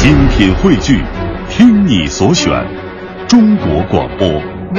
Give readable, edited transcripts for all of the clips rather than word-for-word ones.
精品汇聚，听你所选，中国广播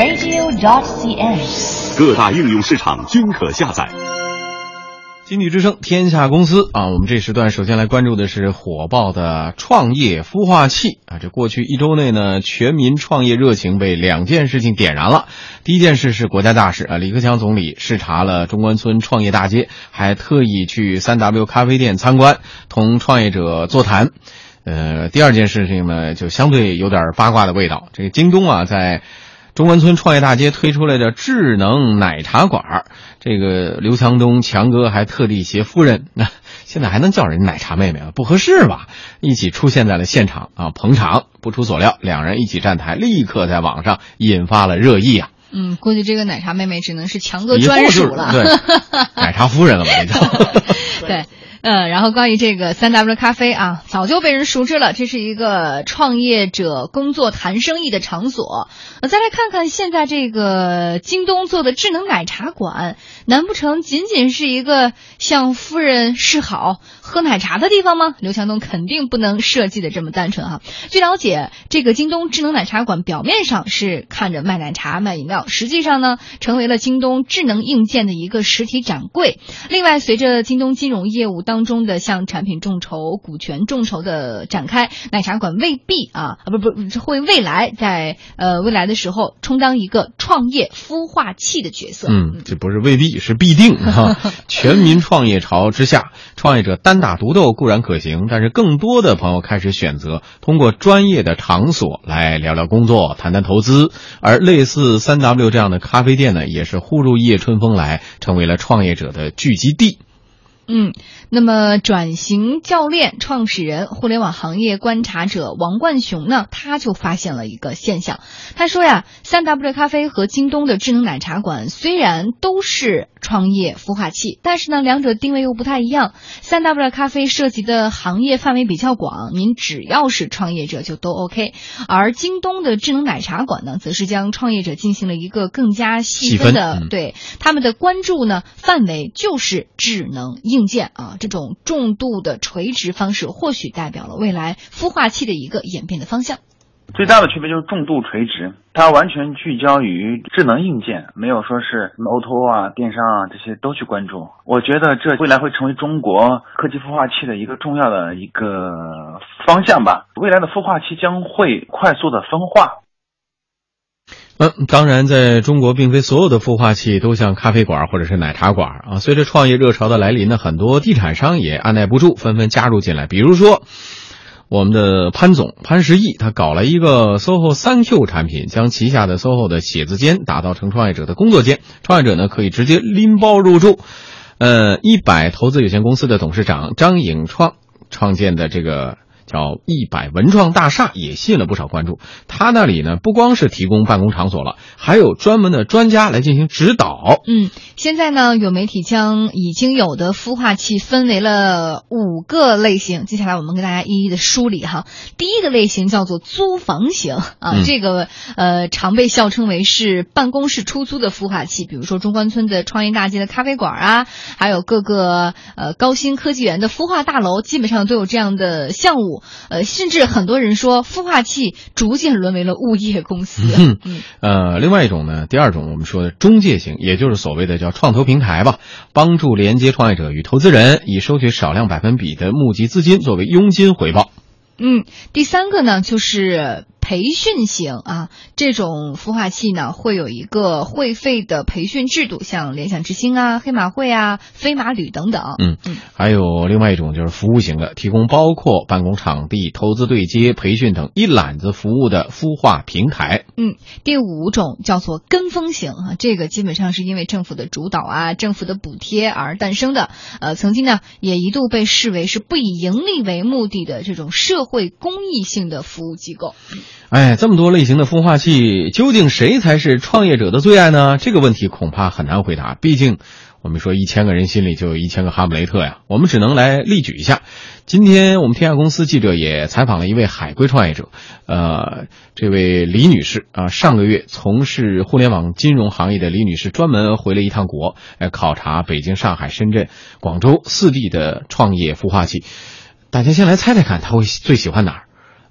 radio.cn， 各大应用市场均可下载。 经济之声天下公司啊，我们这时段首先来关注的是火爆的创业孵化器啊。这过去一周内呢，全民创业热情被两件事情点燃了。第一件事是国家大事啊，李克强总理视察了中关村创业大街，还特意去3W 咖啡店参观，同创业者座谈。第二件事情呢，就相对有点八卦的味道。这个京东啊，在中关村创业大街推出来的智能奶茶馆，这个刘强东强哥还特地携夫人，那现在还能叫人奶茶妹妹啊？不合适吧？一起出现在了现场啊，捧场。不出所料，两人一起站台，立刻在网上引发了热议啊。 估计这个奶茶妹妹只能是强哥专属了， 对，奶茶夫人了吧？这叫对。然后关于这个3W 咖啡啊，早就被人熟知了，这是一个创业者工作谈生意的场所。再来看看现在这个京东做的智能奶茶馆，难不成仅仅是一个向夫人示好喝奶茶的地方吗？刘强东肯定不能设计的这么单纯哈。据了解，这个京东智能奶茶馆表面上是看着卖奶茶卖饮料，实际上呢，成为了京东智能硬件的一个实体展柜。另外，随着京东金融业务当中的像产品众筹、股权众筹的展开，奶茶馆未必会未来在未来的时候充当一个创业孵化器的角色。 这不是未必，是必定哈。全民创业潮之下，创业者单打独斗固然可行，但是更多的朋友开始选择通过专业的场所来聊聊工作、谈谈投资，而类似3W 这样的咖啡店呢，也是呼入一夜春风来，成为了创业者的聚集地。 那么转型教练创始人、互联网行业观察者王冠雄呢，他就发现了一个现象。他说呀，3W 咖啡和京东的智能奶茶馆虽然都是创业孵化器，但是呢，两者定位又不太一样。3W 咖啡涉及的行业范围比较广，您只要是创业者就都 OK。而京东的智能奶茶馆呢，则是将创业者进行了一个更加细分的，对他们的关注呢范围就是智能硬件啊。这种重度的垂直方式或许代表了未来孵化器的一个演变的方向。 最大的区别就是重度垂直，它完全聚焦于智能硬件，没有说是什么 O2O 啊、电商啊这些都去关注。我觉得这未来会成为中国科技孵化器的一个重要的一个方向吧。未来的孵化器将会快速的分化。 当然在中国并非所有的孵化器都像咖啡馆或者是奶茶馆啊。随着创业热潮的来临呢，很多地产商也按耐不住，纷纷加入进来。比如说我们的潘石屹，他搞了一个 SOHO 3Q 产品，将旗下的 SOHO 的写字间打造成创业者的工作间，创业者呢可以直接拎包入住。100投资有限公司的董事长张颖创建的这个叫100文创大厦也吸引了不少关注。他那里呢，不光是提供办公场所了，还有专门的专家来进行指导。 现在呢，有媒体将已经有的孵化器分为了5个类型，接下来我们跟大家一一的梳理哈。第一个类型叫做租房型啊，这个常被笑称为是办公室出租的孵化器，比如说中关村的创业大街的咖啡馆啊，还有各个高新科技园的孵化大楼，基本上都有这样的项目。甚至很多人说孵化器逐渐沦为了物业公司。 另外一种呢，第二种我们说的中介型，也就是所谓的叫创投平台吧，帮助连接创业者与投资人，以收取少量百分比的募集资金作为佣金回报。 第三个呢就是培训型啊，这种孵化器呢会有一个会费的培训制度，像联想之星啊、黑马会啊、飞马旅等等。 还有另外一种就是服务型的，提供包括办公场地、投资对接、培训等一揽子服务的孵化平台。 第5种叫做跟风型啊，这个基本上是因为政府的主导啊、政府的补贴而诞生的。曾经呢也一度被视为是不以盈利为目的的这种社会公益性的服务机构。 这么多类型的孵化器，究竟谁才是创业者的最爱呢？这个问题恐怕很难回答，毕竟我们说1000个人心里就有1000个哈姆雷特呀。我们只能来例举一下。今天我们天下公司记者也采访了一位海归创业者，这位李女士啊，上个月从事互联网金融行业的李女士专门回了一趟国，考察北京、上海、深圳、广州4地的创业孵化器。大家先来猜猜看，她会最喜欢哪儿？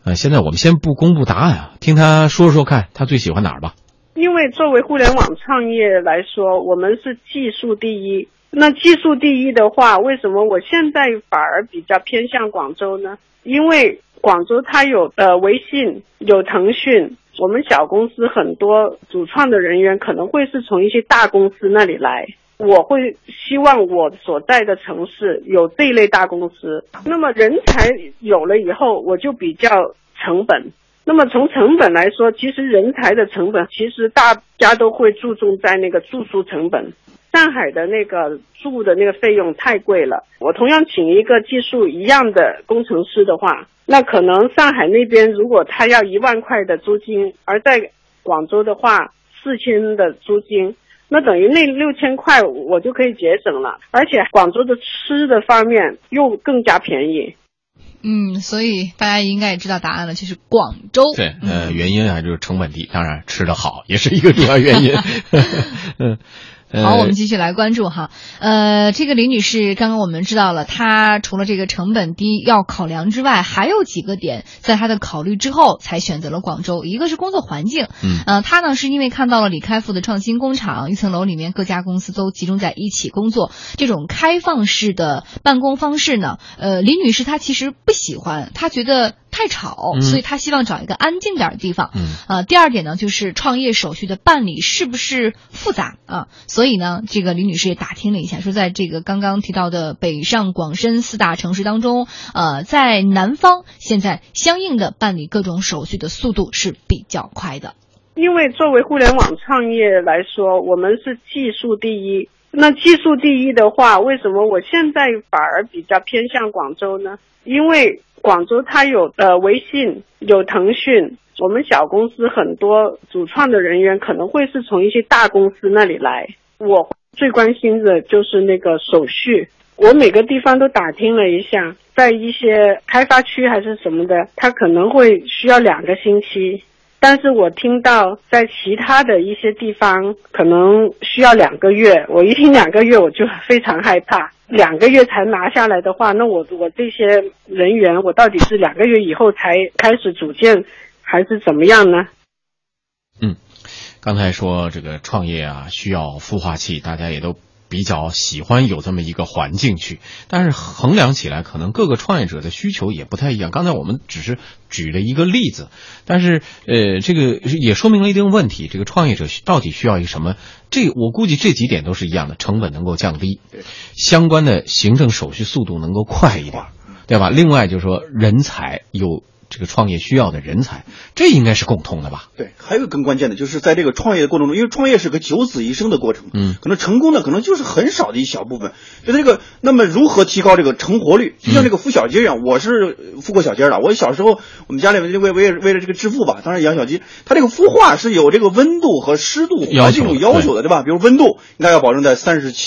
现在我们先不公布答案啊，听他说说看他最喜欢哪儿吧。 因为作为互联网创业来说，我们是技术第一。那技术第一的话，为什么我现在反而比较偏向广州呢？因为广州它有微信，有腾讯，我们小公司很多主创的人员可能会是从一些大公司那里来。我会希望我所在的城市有这一类大公司，那么人才有了以后，我就比较成本。那么从成本来说，其实人才的成本，其实大家都会注重在那个住宿成本。上海的那个住的那个费用太贵了，我同样请一个技术一样的工程师的话，那可能上海那边如果他要1万块的租金，而在广州的话4000的租金，那等于那6000块我就可以节省了，而且广州的吃的方面又更加便宜。 所以大家应该也知道答案了，就是广州。 对，原因啊就是成本低，当然吃得好也是一个主要原因。 好，我们继续来关注哈。这个李女士刚刚我们知道了，她除了这个成本低要考量之外，还有几个点在她的考虑之后才选择了广州。一个是工作环境，她呢是因为看到了李开复的创新工厂，一层楼里面各家公司都集中在一起工作，这种开放式的办公方式呢，李女士她其实不喜欢，她觉得太吵，所以她希望找一个安静点的地方。第二点呢，就是创业手续的办理是不是复杂啊？所以呢，这个李女士也打听了一下，说在这个刚刚提到的北上广深4大城市当中，在南方现在相应的办理各种手续的速度是比较快的。 因为作为互联网创业来说，我们是技术第一。那技术第一的话，为什么我现在反而比较偏向广州呢？因为广州它有微信，有腾讯，我们小公司很多主创的人员可能会是从一些大公司那里来。我最关心的就是那个手续，我每个地方都打听了一下，在一些开发区还是什么的，它可能会需要2个星期，但是我听到在其他的一些地方可能需要2个月，我一听2个月我就非常害怕，2个月才拿下来的话，那我这些人员我到底是2个月以后才开始组建还是怎么样呢？ 刚才说这个创业啊需要孵化器，大家也都比较喜欢有这么一个环境去，但是衡量起来可能各个创业者的需求也不太一样。刚才我们只是举了一个例子，但是这个也说明了一定问题，这个创业者到底需要一个什么，我估计这几点都是一样的，成本能够降低，相关的行政手续速度能够快一点，对吧？另外就是说人才有这个创业需要的人才，这应该是共通的吧？ 对，还有一个更关键的就是在这个创业的过程中，因为创业是个九死一生的过程，可能成功的可能就是很少的一小部分。就这个，那么如何提高这个成活率？就像这个孵小鸡一样，我是孵过小鸡的。我小时候我们家里面为了这个致富吧，当然养小鸡，它这个孵化是有这个温度和湿度环境有要求的，对吧？比如温度应该要保证在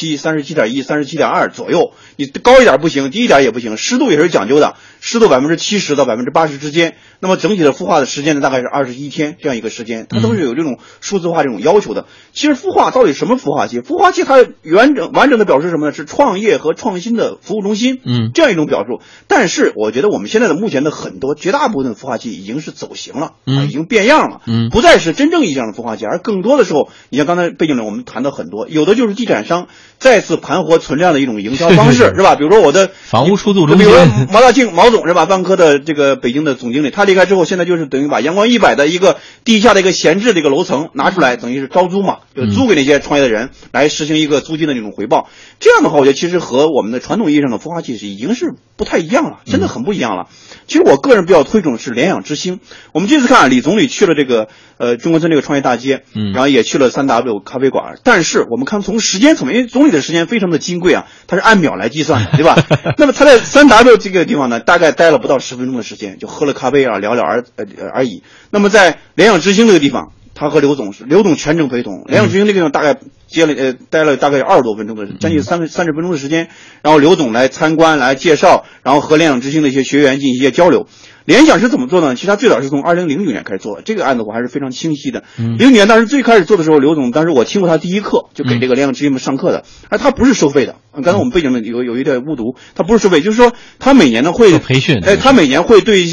37.1、37.2左右，你高一点不行，低一点也不行。湿度也是讲究的，湿度70%到80%之间。那么整体的孵化的时间呢，大概是21天这样一个时间，它都是有这种数字化这种要求的。其实孵化到底什么孵化器？孵化器它完整的表示什么呢？是创业和创新的服务中心，这样一种表述。但是我觉得我们现在的目前的绝大部分的孵化器已经是走形了，已经变样了，不再是真正意义上的孵化器，而更多的时候，你像刚才背景里我们谈到很多，有的就是地产商再次盘活存量的一种营销方式，是吧？比如说我的房屋出租中心， 比如说毛总是吧，万科的这个北京的总经理，他离开之后，现在就是等于把阳光100的一个地下的一个闲置的一个楼层拿出来，等于是招租嘛，就租给那些创业的人来实行一个租金的这种回报。这样的话，我觉得其实和我们的传统意义上的孵化器已经是不太一样了，真的很不一样了。其实我个人比较推崇的是联想之星。我们这次看李总理去了这个中关村这个创业大街，然后也去了3W 咖啡馆，但是我们看从时间层面，因为总理的时间非常的金贵啊，他是按秒来计算的，对吧？那么他在3W 这个地方呢，大概待了不到10分钟的时间，就喝了咖啡啊，聊聊而已。那么在联想之星这个地方，他和刘总全程陪同，联想之星这个地方大概待了大概20多分钟的，将近30分钟的时间，然后刘总来参观来介绍，然后和联想之星的一些学员进行一些交流。联想是怎么做呢？其实他最早是从2009年开始做的，这个案子我还是非常清晰的。09年当时最开始做的时候，刘总当时我听过他第一课，就给这个联想之星们上课的，而他不是收费的。刚才我们背景里有一点误读，他不是收费，就是说他每年呢会培训， 他每年会对一些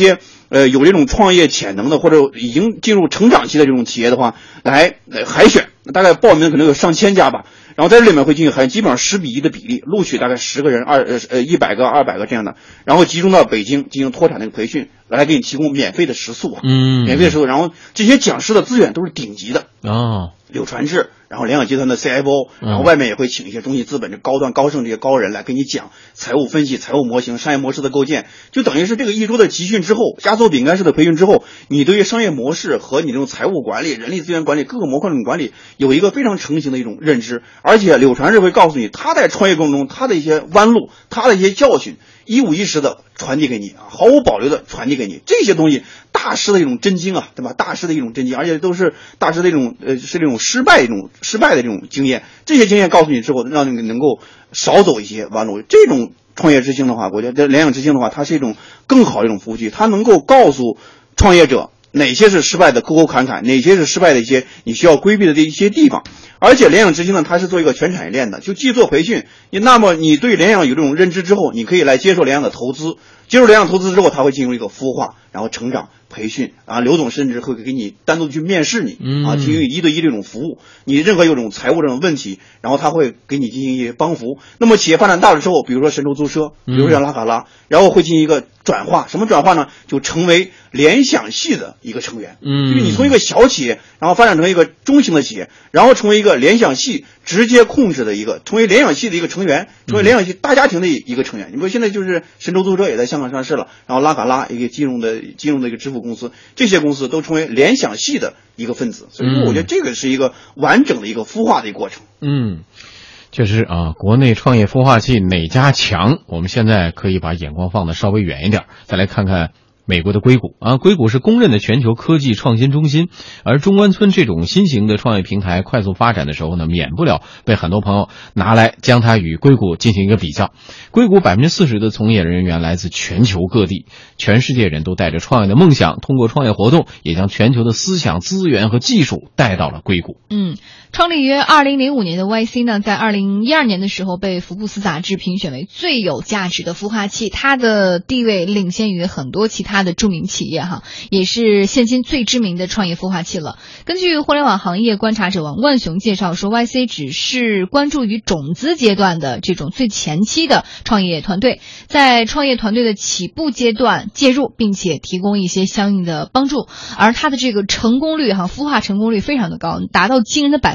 有这种创业潜能的或者已经进入成长期的这种企业的话，来海选，大概报名可能有上千家吧。然后在这里面会进行海选，基本上10:1的比例，录取大概10个人100个200个这样的，然后集中到北京进行脱产那个培训，来给你提供免费的食宿免费的食宿。然后这些讲师的资源都是顶级的柳传志，然后联想集团的 CFO， 然后外面也会请一些中信资本这高端高盛这些高人来给你讲财务分析、财务模型、商业模式的构建，就等于是这个1周的集训之后，压缩饼干式的培训之后，你对于商业模式和你这种财务管理、人力资源管理各个模块的管理有一个非常成型的一种认知，而且柳传志会告诉你他在创业过程中他的一些弯路，他的一些教训，一五一十的传递给你毫无保留的传递给你，这些东西大师的一种真经对吧？大师的一种真经，而且都是大师的一种是这种失败的这种经验，这些经验告诉你之后，让你能够少走一些弯路。这种创业之星的话，我觉得联想之星的话，它是一种更好的一种服务器，它能够告诉创业者哪些是失败的沟沟坎坎，哪些是失败的一些你需要规避的这一些地方。而且联想之星呢，它是做一个全产业链的，就既做培训，那么你对联想有这种认知之后，你可以来接受联想的投资，接受联想投资之后，它会进入一个孵化，然后成长培训刘总甚至会给你单独去面试你进行1对1这种服务，你任何有种财务这种问题，然后他会给你进行一些帮扶。那么企业发展大了之后，比如说神州租车，比如说像拉卡拉，然后会进行一个转化，什么转化呢？就成为联想系的一个成员，就是你从一个小企业，然后发展成一个中型的企业，然后成为一个联想系直接控制的成为联想系的一个成员，成为联想系大家庭的一个成员。你说现在就是神州租车也在香港上市了，然后拉卡拉一个金融的一个支付公司，这些公司都成为联想系的一个分子。所以说我觉得这个是一个完整的一个孵化的一个过程。 确实国内创业孵化器哪家强，我们现在可以把眼光放得稍微远一点，再来看看美国的硅谷硅谷是公认的全球科技创新中心，而中关村这种新型的创业平台快速发展的时候呢，免不了被很多朋友拿来将它与硅谷进行一个比较。硅谷40%的从业人员来自全球各地，全世界人都带着创业的梦想，通过创业活动也将全球的思想、资源和技术带到了硅谷。 创立于2005年的 YC 呢，在2012年的时候被福布斯杂志评选为最有价值的孵化器，它的地位领先于很多其他的著名企业也是现今最知名的创业孵化器了。根据互联网行业观察者王冠雄介绍说， YC 只是关注于种子阶段的这种最前期的创业团队，在创业团队的起步阶段介入，并且提供一些相应的帮助，而它的这个成功率孵化成功率非常的高，达到惊人的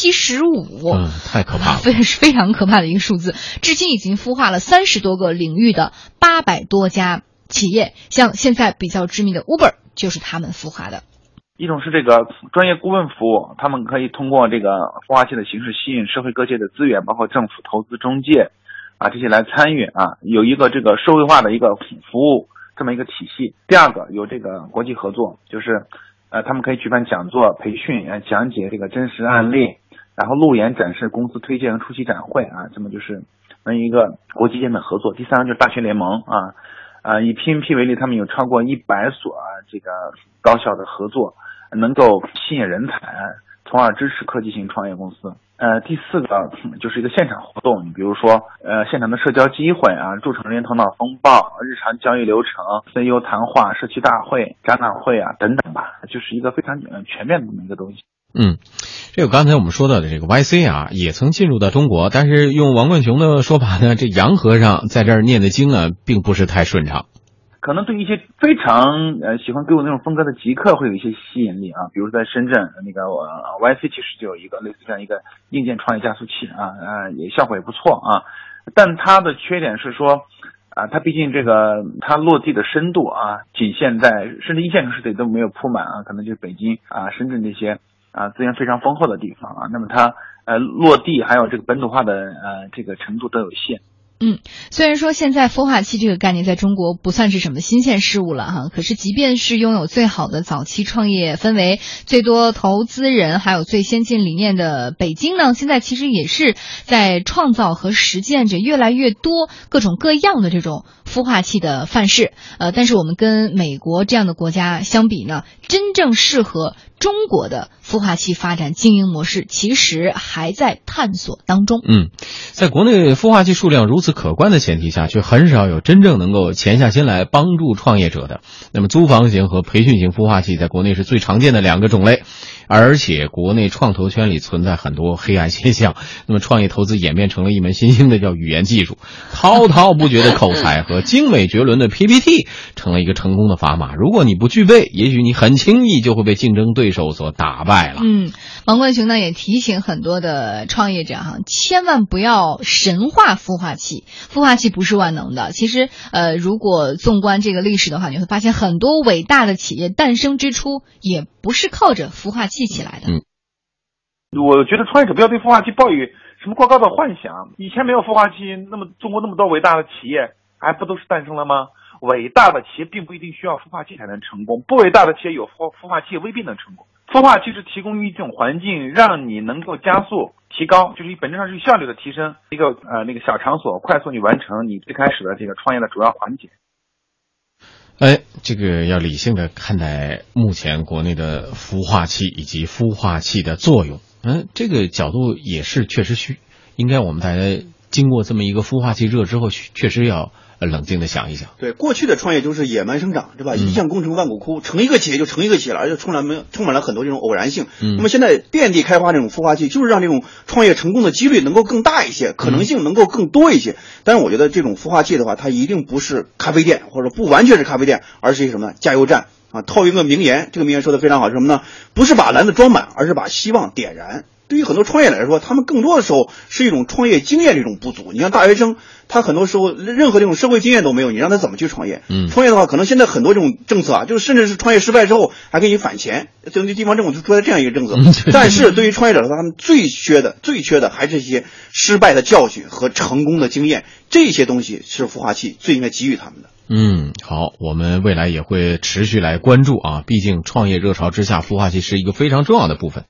75%， 太可怕了， 非常可怕的一个数字。至今已经孵化了30多个领域的800多家企业，像现在比较知名的 Uber 就是他们孵化的。 一种是这个专业顾问服务，他们可以通过这个孵化器的形式吸引社会各界的资源，包括政府、投资中介这些来参与有一个这个社会化的一个服务这么一个体系。第二个有这个国际合作，就是他们可以举办讲座、培训，讲解这个真实案例，然后路演展示公司推荐和出席展会这么就是一个国际间的合作。第三个就是大学联盟以 PMP 为例，他们有超过100所这个高校的合作，能够吸引人才，从而支持科技型创业公司。第四个就是一个现场活动，你比如说现场的社交机会筑成人头脑风暴、日常交易流程、CEO 谈话、社区大会、展览会等等吧，就是一个非常全面的这么一个东西。 这个刚才我们说到的这个 YC 也曾进入到中国，但是用王冠雄的说法呢，这杨和尚在这儿念的经并不是太顺畅。 可能对于一些非常喜欢硅谷那种风格的极客会有一些吸引力比如在深圳那个YC 其实就有一个类似这样一个硬件创业加速器也效果也不错但它的缺点是说它毕竟这个它落地的深度仅限在甚至一线城市里都没有铺满可能就是北京深圳这些资源非常丰厚的地方那么它落地还有这个本土化的这个程度都有限。 虽然说现在孵化器这个概念在中国不算是什么新鲜事物了可是即便是拥有最好的早期创业氛围、最多投资人还有最先进理念的北京呢，现在其实也是在创造和实践着越来越多各种各样的这种孵化器的范式。但是我们跟美国这样的国家相比呢，真正适合中国的孵化器发展经营模式其实还在探索当中。 在国内孵化器数量如此此可观的前提下，却很少有真正能够潜下心来帮助创业者的。那么租房型和培训型孵化器在国内是最常见的2个种类，而且国内创投圈里存在很多黑暗现象。那么创业投资演变成了一门新兴的叫语言技术，滔滔不绝的口才和精美绝伦的 PPT 成了一个成功的砝码。如果你不具备，也许你很轻易就会被竞争对手所打败了。 王冠雄呢也提醒很多的创业者千万不要神化孵化器，孵化器不是万能的。其实如果纵观这个历史的话，你会发现很多伟大的企业诞生之初也不是靠着孵化器起来的。 我觉得创业者不要对孵化器抱有什么过高的幻想。以前没有孵化器，那么中国那么多伟大的企业还不都是诞生了吗？伟大的企业并不一定需要孵化器才能成功，不伟大的企业有孵化器未必能成功。孵化器是提供一种环境，让你能够加速提高，就是本质上是效率的提升，一个小场所快速你完成你最开始的这个创业的主要环节。 这个要理性的看待目前国内的孵化器以及孵化器的作用。这个角度也是确实应该我们大家经过这么一个孵化器热之后，确实要冷静的想一想。 对，过去的创业就是野蛮生长，对吧？一将功成万骨枯，成一个企业就成一个企业了，而且充满了很多这种偶然性。那么现在遍地开花这种孵化器，就是让这种创业成功的几率能够更大一些，可能性能够更多一些。但是我觉得这种孵化器的话，它一定不是咖啡店，或者不完全是咖啡店，而是一个什么呢？加油站啊！套一个名言，这个名言说的非常好，是什么呢？不是把篮子装满，而是把希望点燃。对于很多创业来说，他们更多的时候是一种创业经验这种不足。你像大学生，他很多时候任何这种社会经验都没有，你让他怎么去创业？创业的话，可能现在很多这种政策就是甚至是创业失败之后还给你返钱，就地方政府就出来这样一个政策。但是对于创业者来说，他们最缺的还是一些失败的教训和成功的经验，这些东西是孵化器最应该给予他们的。 好，我们未来也会持续来关注啊，毕竟创业热潮之下，孵化器是一个非常重要的部分。